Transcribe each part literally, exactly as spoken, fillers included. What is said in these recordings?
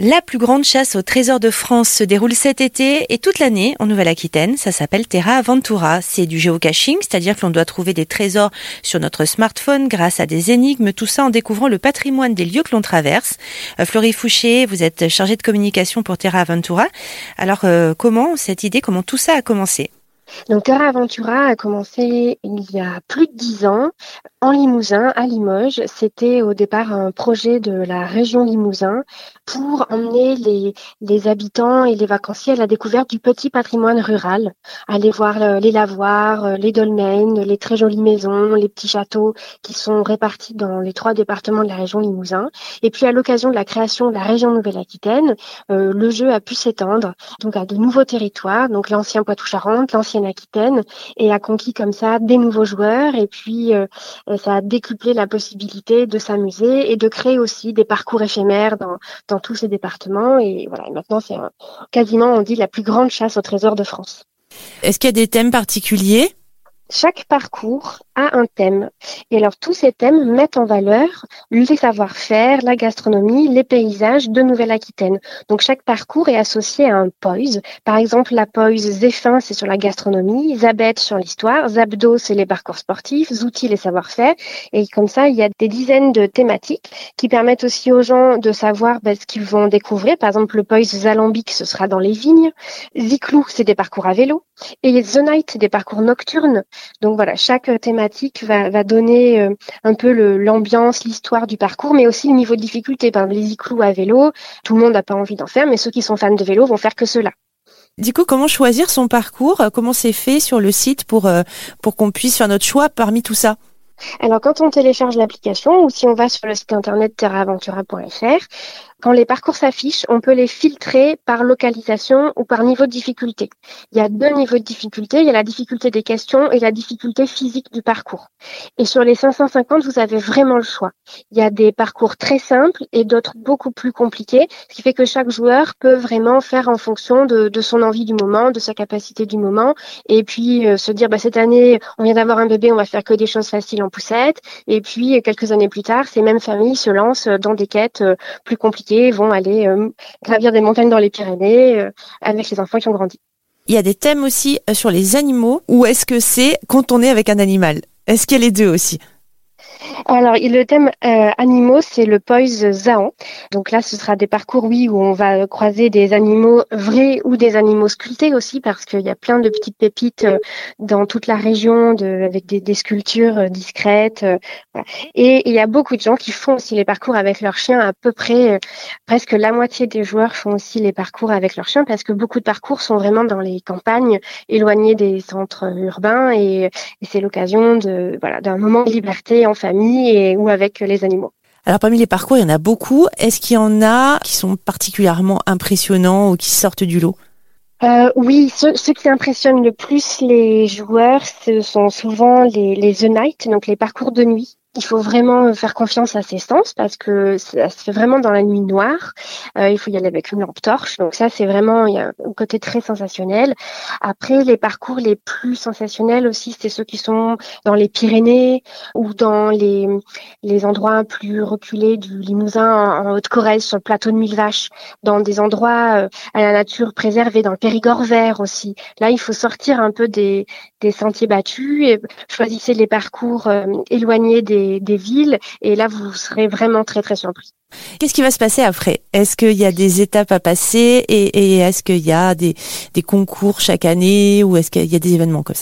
La plus grande chasse au trésor de France se déroule cet été et toute l'année en Nouvelle-Aquitaine. Ça s'appelle Terra Aventura. C'est du géocaching, c'est-à-dire que l'on doit trouver des trésors sur notre smartphone grâce à des énigmes, tout ça en découvrant le patrimoine des lieux que l'on traverse. Euh, Florie Fouché, vous êtes chargée de communication pour Terra Aventura. Alors euh, comment cette idée, comment tout ça a commencé ? Donc Terra Aventura a commencé il y a plus de dix ans en Limousin, à Limoges. C'était au départ un projet de la région Limousin pour emmener les, les habitants et les vacanciers à la découverte du petit patrimoine rural. Aller voir les lavoirs, les dolmens, les très jolies maisons, les petits châteaux qui sont répartis dans les trois départements de la région Limousin. Et puis à l'occasion de la création de la région Nouvelle-Aquitaine, euh, le jeu a pu s'étendre donc à de nouveaux territoires, donc l'ancien Poitou-Charentes, l'ancienne Aquitaine, et a conquis comme ça des nouveaux joueurs. Et puis euh, ça a décuplé la possibilité de s'amuser et de créer aussi des parcours éphémères dans, dans tous ces départements. Et voilà, maintenant c'est un, quasiment, on dit, la plus grande chasse au trésor de France. Est-ce qu'il y a des thèmes particuliers ? Chaque parcours a un thème. Et alors, tous ces thèmes mettent en valeur les savoir-faire, la gastronomie, les paysages de Nouvelle-Aquitaine. Donc, chaque parcours est associé à un poise. Par exemple, la poise Zéphine, c'est sur la gastronomie, Zabet sur l'histoire, Zabdo, c'est les parcours sportifs, Zouti, les savoir-faire. Et comme ça, il y a des dizaines de thématiques qui permettent aussi aux gens de savoir ben, ce qu'ils vont découvrir. Par exemple, le poise Zalambic, ce sera dans les vignes. Ziklou, c'est des parcours à vélo. Et The Night, c'est des parcours nocturnes. Donc voilà, chaque thématique va, va donner euh, un peu le, l'ambiance, l'histoire du parcours, mais aussi le niveau de difficulté. Par exemple, les iglous à vélo, tout le monde n'a pas envie d'en faire, mais ceux qui sont fans de vélo vont faire que cela. Du coup, comment choisir son parcours ? Comment c'est fait sur le site pour, euh, pour qu'on puisse faire notre choix parmi tout ça ? Alors, quand on télécharge l'application ou si on va sur le site internet terra aventura point f r, quand les parcours s'affichent, on peut les filtrer par localisation ou par niveau de difficulté. Il y a deux niveaux de difficulté. Il y a la difficulté des questions et la difficulté physique du parcours. Et sur les cinq cent cinquante, vous avez vraiment le choix. Il y a des parcours très simples et d'autres beaucoup plus compliqués, ce qui fait que chaque joueur peut vraiment faire en fonction de, de son envie du moment, de sa capacité du moment, et puis euh, se dire, bah, cette année, on vient d'avoir un bébé, on va faire que des choses faciles en poussette. Et puis, quelques années plus tard, ces mêmes familles se lancent dans des quêtes euh, plus compliquées, vont aller euh, gravir des montagnes dans les Pyrénées euh, avec les enfants qui ont grandi. Il y a des thèmes aussi sur les animaux, ou est-ce que c'est quand on est avec un animal ? Est-ce qu'il y a les deux aussi ? Alors, le thème euh, animaux, c'est le poise Zahan. Donc là, ce sera des parcours, oui, où on va croiser des animaux vrais ou des animaux sculptés aussi, parce qu'il y a plein de petites pépites euh, dans toute la région de, avec des, des sculptures euh, discrètes. Euh, voilà. Et il y a beaucoup de gens qui font aussi les parcours avec leurs chiens. À peu près, euh, presque la moitié des joueurs font aussi les parcours avec leurs chiens, parce que beaucoup de parcours sont vraiment dans les campagnes, éloignés des centres urbains, et, et c'est l'occasion de, voilà, d'un moment de liberté en famille et ou avec les animaux. Alors parmi les parcours, il y en a beaucoup. Est-ce qu'il y en a qui sont particulièrement impressionnants ou qui sortent du lot ? Euh, oui, ceux, ceux qui impressionnent le plus les joueurs, ce sont souvent les, les The Night, donc les parcours de nuit. Il faut vraiment faire confiance à ses sens parce que ça se fait vraiment dans la nuit noire. Euh, il faut y aller avec une lampe torche. Donc ça, c'est vraiment, il y a un côté très sensationnel. Après, les parcours les plus sensationnels aussi, c'est ceux qui sont dans les Pyrénées ou dans les, les endroits plus reculés du Limousin, en, en Haute-Corrèze, sur le plateau de Millevaches, dans des endroits euh, à la nature préservée, dans le Périgord vert aussi. Là, il faut sortir un peu des, des sentiers battus et choisissez les parcours euh, éloignés des des villes, et là vous serez vraiment très très surpris. Qu'est-ce qui va se passer après ? Est-ce qu'il y a des étapes à passer et, et est-ce qu'il y a des, des concours chaque année ou est-ce qu'il y a des événements comme ça ?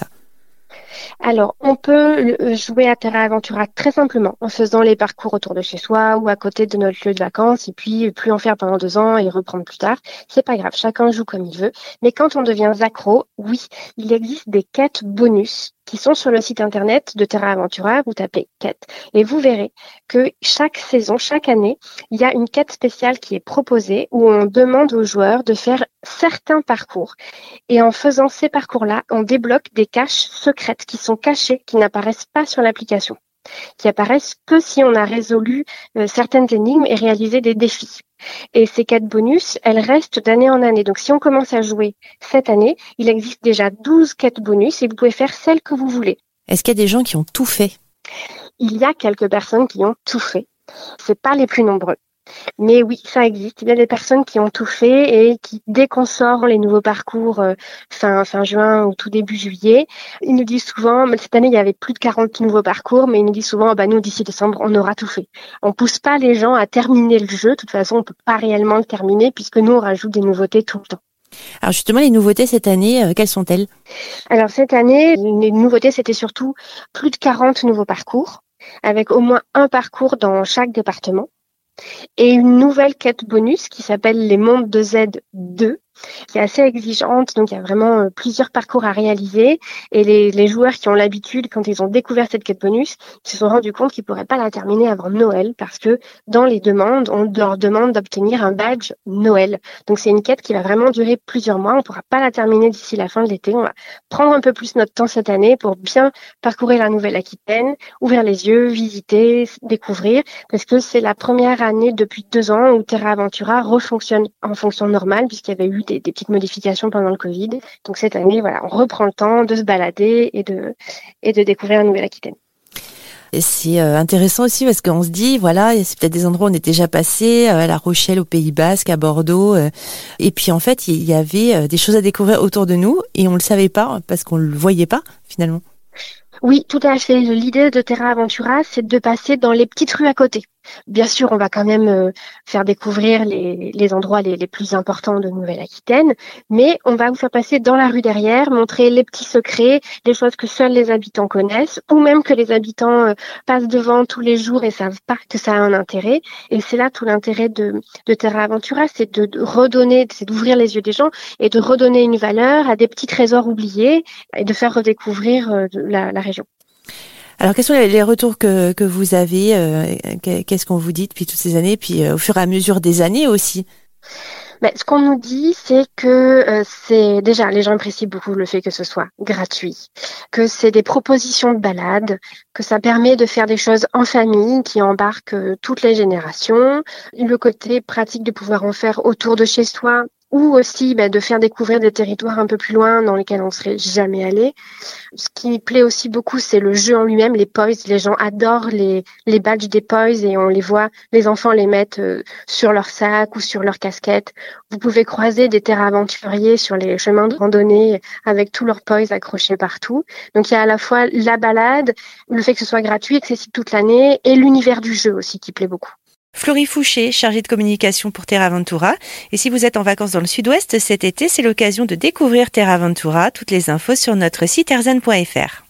Alors, on peut jouer à Terra Aventura très simplement en faisant les parcours autour de chez soi ou à côté de notre lieu de vacances et puis plus en faire pendant deux ans et reprendre plus tard. C'est pas grave, chacun joue comme il veut. Mais quand on devient accro, oui, il existe des quêtes bonus qui sont sur le site internet de Terra Aventura. Vous tapez quête et vous verrez que chaque saison, chaque année, il y a une quête spéciale qui est proposée où on demande aux joueurs de faire certains parcours. Et en faisant ces parcours-là, on débloque des caches secrètes qui sont cachées, qui n'apparaissent pas sur l'application, qui apparaissent que si on a résolu euh, certaines énigmes et réalisé des défis. Et ces quêtes bonus, elles restent d'année en année. Donc, si on commence à jouer cette année, il existe déjà douze quêtes bonus et vous pouvez faire celles que vous voulez. Est-ce qu'il y a des gens qui ont tout fait ? Il y a quelques personnes qui ont tout fait. C'est pas les plus nombreux. Mais oui, ça existe. Il y a des personnes qui ont tout fait et qui, dès qu'on sort les nouveaux parcours euh, fin, fin juin ou tout début juillet, ils nous disent souvent, mais cette année, il y avait plus de quarante nouveaux parcours, mais ils nous disent souvent, bah, nous, d'ici décembre, on aura tout fait. On pousse pas les gens à terminer le jeu. De toute façon, on peut pas réellement le terminer puisque nous, on rajoute des nouveautés tout le temps. Alors justement, les nouveautés cette année, euh, quelles sont-elles? Alors cette année, les nouveautés, c'était surtout plus de quarante nouveaux parcours, avec au moins un parcours dans chaque département. Et une nouvelle quête bonus qui s'appelle les mondes de Z deux, qui est assez exigeante. Donc, il y a vraiment euh, plusieurs parcours à réaliser. Et les, les joueurs qui ont l'habitude, quand ils ont découvert cette quête bonus, ils se sont rendus compte qu'ils ne pourraient pas la terminer avant Noël parce que dans les demandes, on leur demande d'obtenir un badge Noël. Donc, c'est une quête qui va vraiment durer plusieurs mois. On ne pourra pas la terminer d'ici la fin de l'été. On va prendre un peu plus notre temps cette année pour bien parcourir la Nouvelle-Aquitaine, ouvrir les yeux, visiter, découvrir, parce que c'est la première année depuis deux ans où Terra Aventura refonctionne en fonction normale puisqu'il y avait eu des, des petites modifications pendant le Covid. Donc cette année, voilà, on reprend le temps de se balader et de, et de découvrir la Nouvelle-Aquitaine. Et c'est euh, intéressant aussi parce qu'on se dit, voilà, c'est peut-être des endroits où on est déjà passé, euh, à La Rochelle, au Pays Basque, à Bordeaux. Euh, et puis en fait, il y avait euh, des choses à découvrir autour de nous et on le savait pas parce qu'on le voyait pas finalement. Oui, tout à fait. L'idée de Terra Aventura, c'est de passer dans les petites rues à côté. Bien sûr, on va quand même euh, faire découvrir les, les endroits les, les plus importants de Nouvelle-Aquitaine, mais on va vous faire passer dans la rue derrière, montrer les petits secrets, les choses que seuls les habitants connaissent, ou même que les habitants euh, passent devant tous les jours et savent pas que ça a un intérêt. Et c'est là tout l'intérêt de, de Terra Aventura, c'est de, de redonner, c'est d'ouvrir les yeux des gens et de redonner une valeur à des petits trésors oubliés et de faire redécouvrir euh, la, la région. Alors, quels sont les retours que, que vous avez euh, Qu'est-ce qu'on vous dit depuis toutes ces années, puis euh, au fur et à mesure des années aussi? Mais ce qu'on nous dit, c'est que euh, c'est déjà, les gens apprécient beaucoup le fait que ce soit gratuit, que c'est des propositions de balade, que ça permet de faire des choses en famille qui embarquent euh, toutes les générations, le côté pratique de pouvoir en faire autour de chez soi, ou aussi bah, de faire découvrir des territoires un peu plus loin dans lesquels on ne serait jamais allé. Ce qui plaît aussi beaucoup, c'est le jeu en lui-même, les poys. Les gens adorent les, les badges des poys et on les voit, les enfants les mettent euh, sur leur sac ou sur leur casquette. Vous pouvez croiser des terrains aventuriers sur les chemins de randonnée avec tous leurs poys accrochés partout. Donc il y a à la fois la balade, le fait que ce soit gratuit, accessible toute l'année et l'univers du jeu aussi qui plaît beaucoup. Florie Fouché, chargée de communication pour Terra Aventura. Et si vous êtes en vacances dans le sud-ouest cet été, c'est l'occasion de découvrir Terra Aventura. Toutes les infos sur notre site erzen point f r.